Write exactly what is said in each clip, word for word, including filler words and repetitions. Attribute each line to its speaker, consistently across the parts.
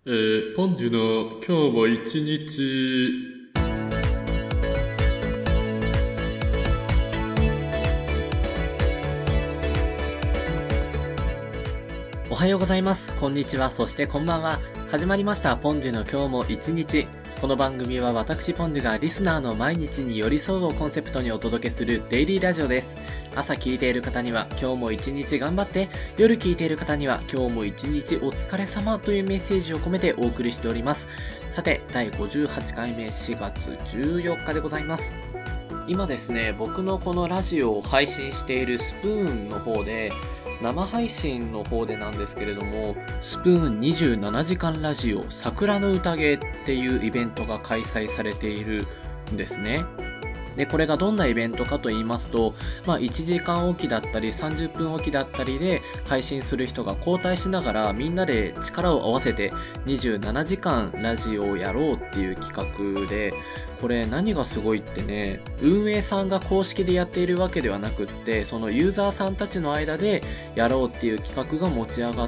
Speaker 1: えー、ポンデュの今日も一日。
Speaker 2: おはようございます。こんにちは。そしてこんばんは。始まりました。ポンデュの今日も一日。この番組は私ポンデュがリスナーの毎日に寄り添うをコンセプトにお届けするデイリーラジオです。朝聞いている方には今日も一日頑張って、夜聞いている方には今日も一日お疲れ様というメッセージを込めてお送りしております。さて、だいごじゅうはちかいめしがつじゅうよっかでございます。今ですね、僕のこのラジオを配信しているスプーンの方で、生配信の方でなんですけれども、スプーンにじゅうななじかんラジオ桜の宴っていうイベントが開催されているんですね。で、これがどんなイベントかと言いますと、まあいちじかんおきだったりさんじゅっぷんおきだったりで配信する人が交代しながらみんなで力を合わせてにじゅうななじかんラジオをやろうっていう企画で、これ何がすごいってね、運営さんが公式でやっているわけではなくって、そのユーザーさんたちの間でやろうっていう企画が持ち上がって、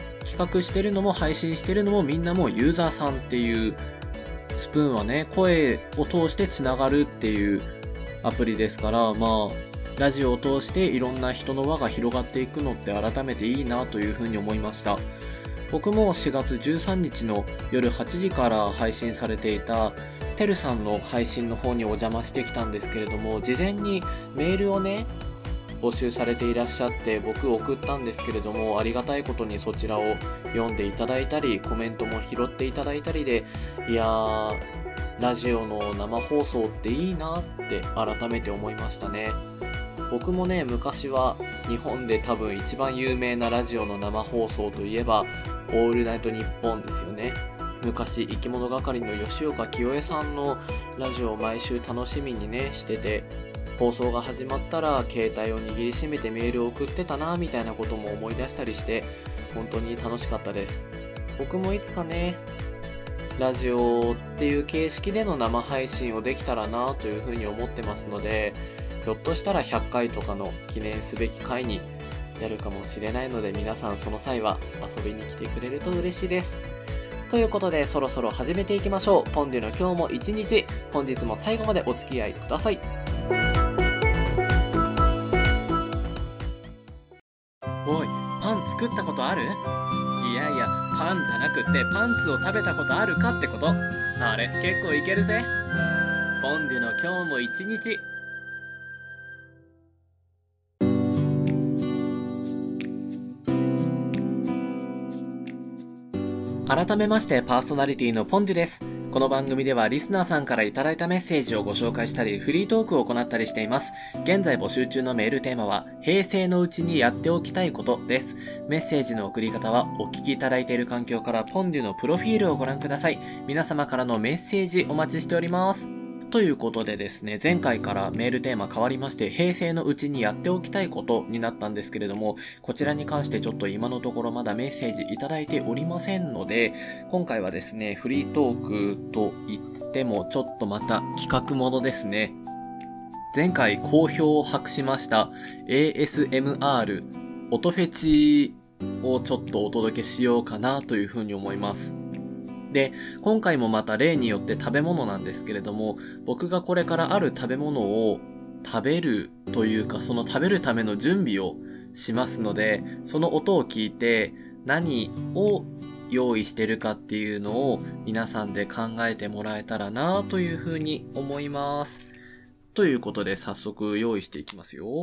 Speaker 2: 企画してるのも配信してるのもみんなもうユーザーさんっていう、スプーンはね、声を通してつながるっていうアプリですから、まあ、ラジオを通していろんな人の輪が広がっていくのって改めていいなというふうに思いました。僕もしがつじゅうさんにちの夜はちじから配信されていたてるさんの配信の方にお邪魔してきたんですけれども、事前にメールをね、募集されていらっしゃって僕送ったんですけれども、ありがたいことにそちらを読んでいただいたりコメントも拾っていただいたりで、いやーラジオの生放送っていいなって改めて思いましたね。僕もね、昔は日本で多分一番有名なラジオの生放送といえばオールナイトニッポンですよね。昔生き物係の吉岡清江さんのラジオを毎週楽しみにねしてて、放送が始まったら携帯を握りしめてメールを送ってたなみたいなことも思い出したりして、本当に楽しかったです。僕もいつかね、ラジオっていう形式での生配信をできたらなというふうに思ってますので、ひょっとしたらひゃっかいとかの記念すべき回にやるかもしれないので、皆さんその際は遊びに来てくれると嬉しいです。ということで、そろそろ始めていきましょう。ポンデュの今日も一日、本日も最後までお付き合いください。おい、パン作ったことある？いやいや、パンじゃなくってパンツを食べたことあるかってこと。あれ、結構いけるぜ。ポンデュの今日も一日。改めましてパーソナリティのポンデュです。この番組ではリスナーさんからいただいたメッセージをご紹介したり、フリートークを行ったりしています。現在募集中のメールテーマは、平成のうちにやっておきたいことです。メッセージの送り方は、お聞きいただいている環境からポンデュのプロフィールをご覧ください。皆様からのメッセージお待ちしております。ということでですね、前回からメールテーマ変わりまして、平成のうちにやっておきたいことになったんですけれども、こちらに関してちょっと今のところまだメッセージいただいておりませんので、今回はですね、フリートークと言ってもちょっとまた企画ものですね。前回好評を博しました エーエスエムアール 音フェチをちょっとお届けしようかなというふうに思います。で、今回もまた例によって食べ物なんですけれども、僕がこれからある食べ物を食べるというか、その食べるための準備をしますので、その音を聞いて何を用意してるかっていうのを皆さんで考えてもらえたらなというふうに思います。ということで早速用意していきますよ。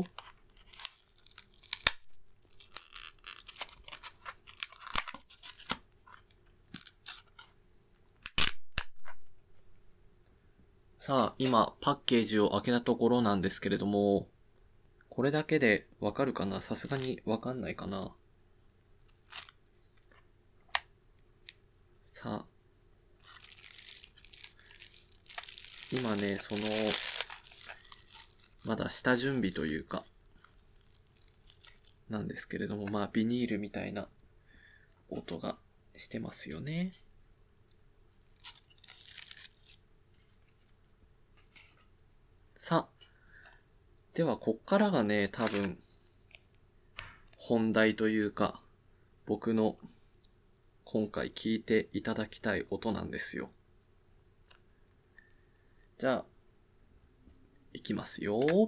Speaker 2: さあ、今、パッケージを開けたところなんですけれども、これだけでわかるかな？さすがにわかんないかな？さあ、今ね、その、まだ下準備というか、なんですけれども、まあ、ビニールみたいな音がしてますよね。さあ、ではこっからがね、多分本題というか僕の今回聞いていただきたい音なんですよ。じゃあ、いきますよ。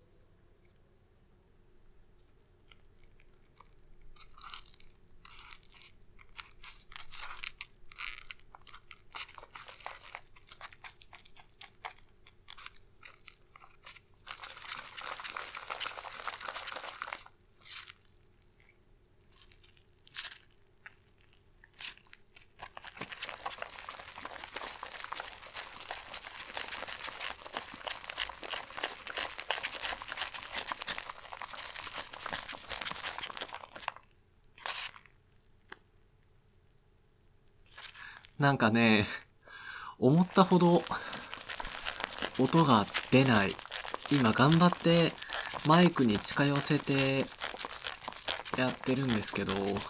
Speaker 2: なんかね、思ったほど音が出ない。今頑張ってマイクに近寄せてやってるんですけど、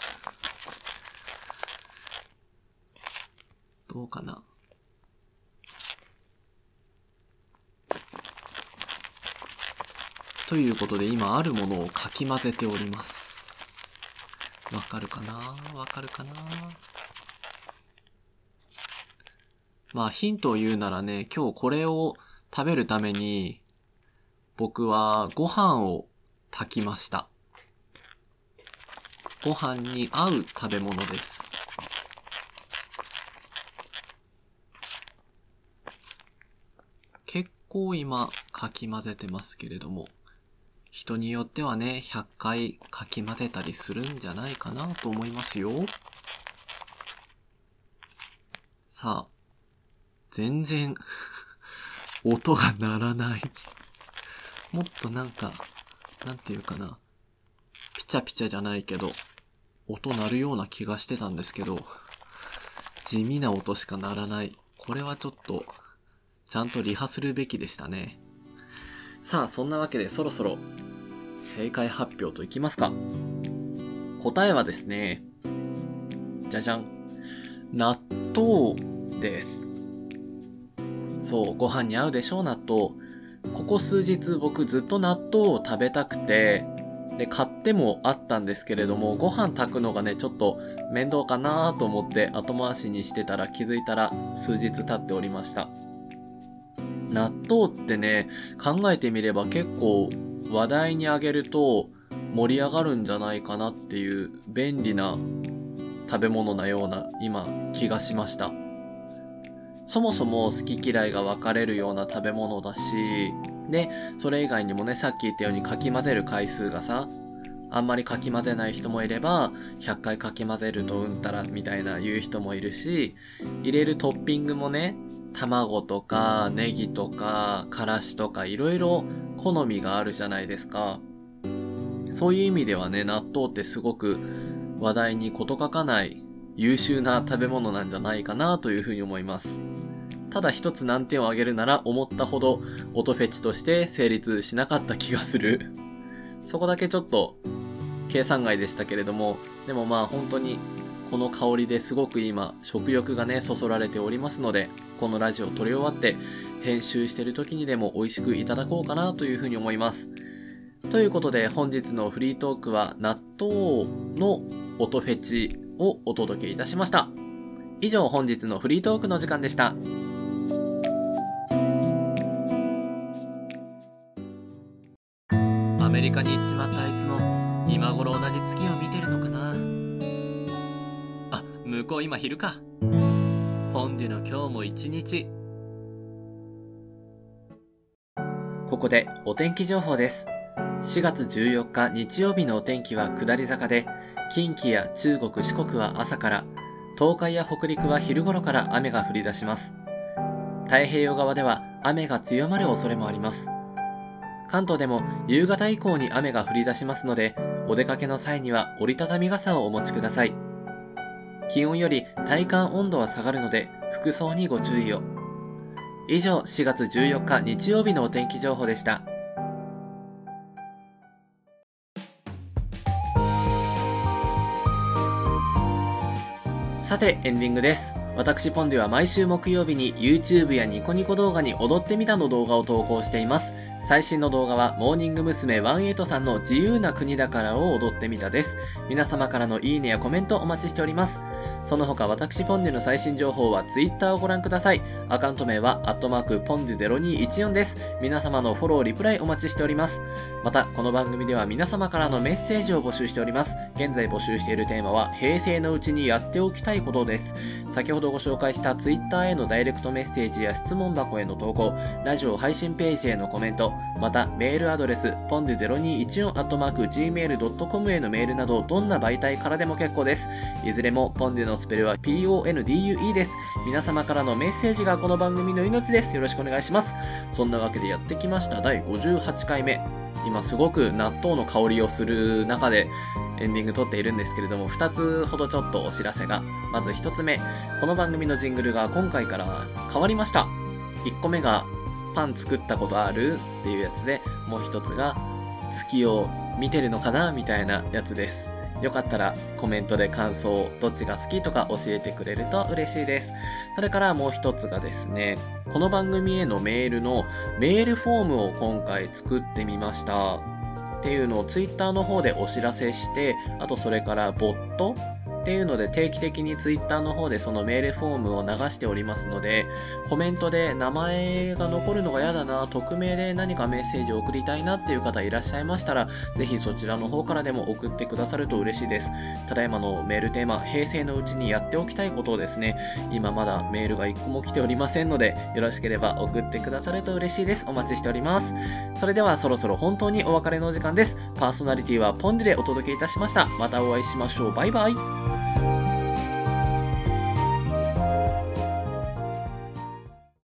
Speaker 2: どうかな。ということで今あるものをかき混ぜております。わかるかな？わかるかな？まあヒントを言うならね、今日これを食べるために僕はご飯を炊きました。ご飯に合う食べ物です。結構今かき混ぜてますけれども、人によってはね、ひゃっかいかき混ぜたりするんじゃないかなと思いますよ。さあ、全然音が鳴らない。もっとなんか、なんていうかな、ピチャピチャじゃないけど、音鳴るような気がしてたんですけど、地味な音しか鳴らない。これはちょっと、ちゃんとリハするべきでしたね。さあ、そんなわけでそろそろ正解発表といきますか。答えはですね、じゃじゃん。納豆です。そう、ご飯に合うでしょう、納豆。ここ数日僕ずっと納豆を食べたくて、で、買ってもあったんですけれども、ご飯炊くのがね、ちょっと面倒かなと思って後回しにしてたら気づいたら数日経っておりました。納豆ってね、考えてみれば結構話題にあげると盛り上がるんじゃないかなっていう便利な食べ物なような今気がしました。そもそも好き嫌いが分かれるような食べ物だし、で、それ以外にもね、さっき言ったようにかき混ぜる回数がさ、あんまりかき混ぜない人もいれば、ひゃっかいかき混ぜるとうんたらみたいな言う人もいるし、入れるトッピングもね、卵とかネギとかからしとかいろいろ好みがあるじゃないですか。そういう意味ではね、納豆ってすごく話題に事欠かない優秀な食べ物なんじゃないかなというふうに思います。ただ一つ難点を挙げるなら、思ったほど音フェチとして成立しなかった気がする。そこだけちょっと計算外でしたけれども、でもまあ本当にこの香りですごく今食欲がねそそられておりますので、このラジオ撮り終わって編集してる時にでも美味しくいただこうかなというふうに思います。ということで本日のフリートークは納豆の音フェチをお届けいたしました。以上、本日のフリートークの時間でした。アメリカに行っちまったあいつも今頃同じ月を見てるのかな。あ、向こう今昼か。ポンデュの今日も一日。ここでお天気情報です。しがつじゅうよっか日曜日のお天気は下り坂で、近畿や中国四国は朝から、東海や北陸は昼頃から雨が降り出します。太平洋側では雨が強まる恐れもあります。関東でも夕方以降に雨が降り出しますので、お出かけの際には折りたたみ傘をお持ちください。気温より体感温度は下がるので、服装にご注意を。以上、しがつじゅうよっか日曜日のお天気情報でした。さて、エンディングです。私ポンデは毎週木曜日に YouTube やニコニコ動画に踊ってみたの動画を投稿しています。最新の動画はモーニング娘。じゅうはちさんの自由な国だからを踊ってみたです。皆様からのいいねやコメントお待ちしております。 その他私ポンデの最新情報は Twitter をご覧ください。アカウント名はアットマークポンデゼロにいちよんです。皆様のフォローリプライお待ちしております。またこの番組では皆様からのメッセージを募集しております。現在募集しているテーマは平成のうちにやっておきたいことです。先ほどご紹介した Twitter へのダイレクトメッセージや質問箱への投稿、ラジオ配信ページへのコメント、またメールアドレスポンデゼロにいちよんアットマークジーメールドットコム へのメールなどどんな媒体からでも結構です。いずれもポンデのスペルは ピーオーエヌディーユーイー です。皆様からのメッセージがこの番組の命です。よろしくお願いします。そんなわけでやってきましただいごじゅうはちかいめ。今すごく納豆の香りをする中でエンディング撮っているんですけれども、ふたつほどちょっとお知らせが。まずひとつめ、この番組のジングルが今回から変わりました。いっこめがパン作ったことあるっていうやつで、もうひとつが月を見てるのかなみたいなやつです。よかったらコメントで感想、どっちが好きとか教えてくれると嬉しいです。それからもう一つがですね、この番組へのメールのメールフォームを今回作ってみましたっていうのをツイッターの方でお知らせして、あとそれからボットっていうので定期的にツイッターの方でそのメールフォームを流しておりますので、コメントで名前が残るのが嫌だな、匿名で何かメッセージを送りたいなっていう方いらっしゃいましたら、ぜひそちらの方からでも送ってくださると嬉しいです。ただいまのメールテーマ、平成のうちにやっておきたいことをですね、今まだメールがいっこも来ておりませんので、よろしければ送ってくださると嬉しいです。お待ちしております。それではそろそろ本当にお別れのお時間です。パーソナリティはポンデでお届けいたしました。またお会いしましょう。バイバイ。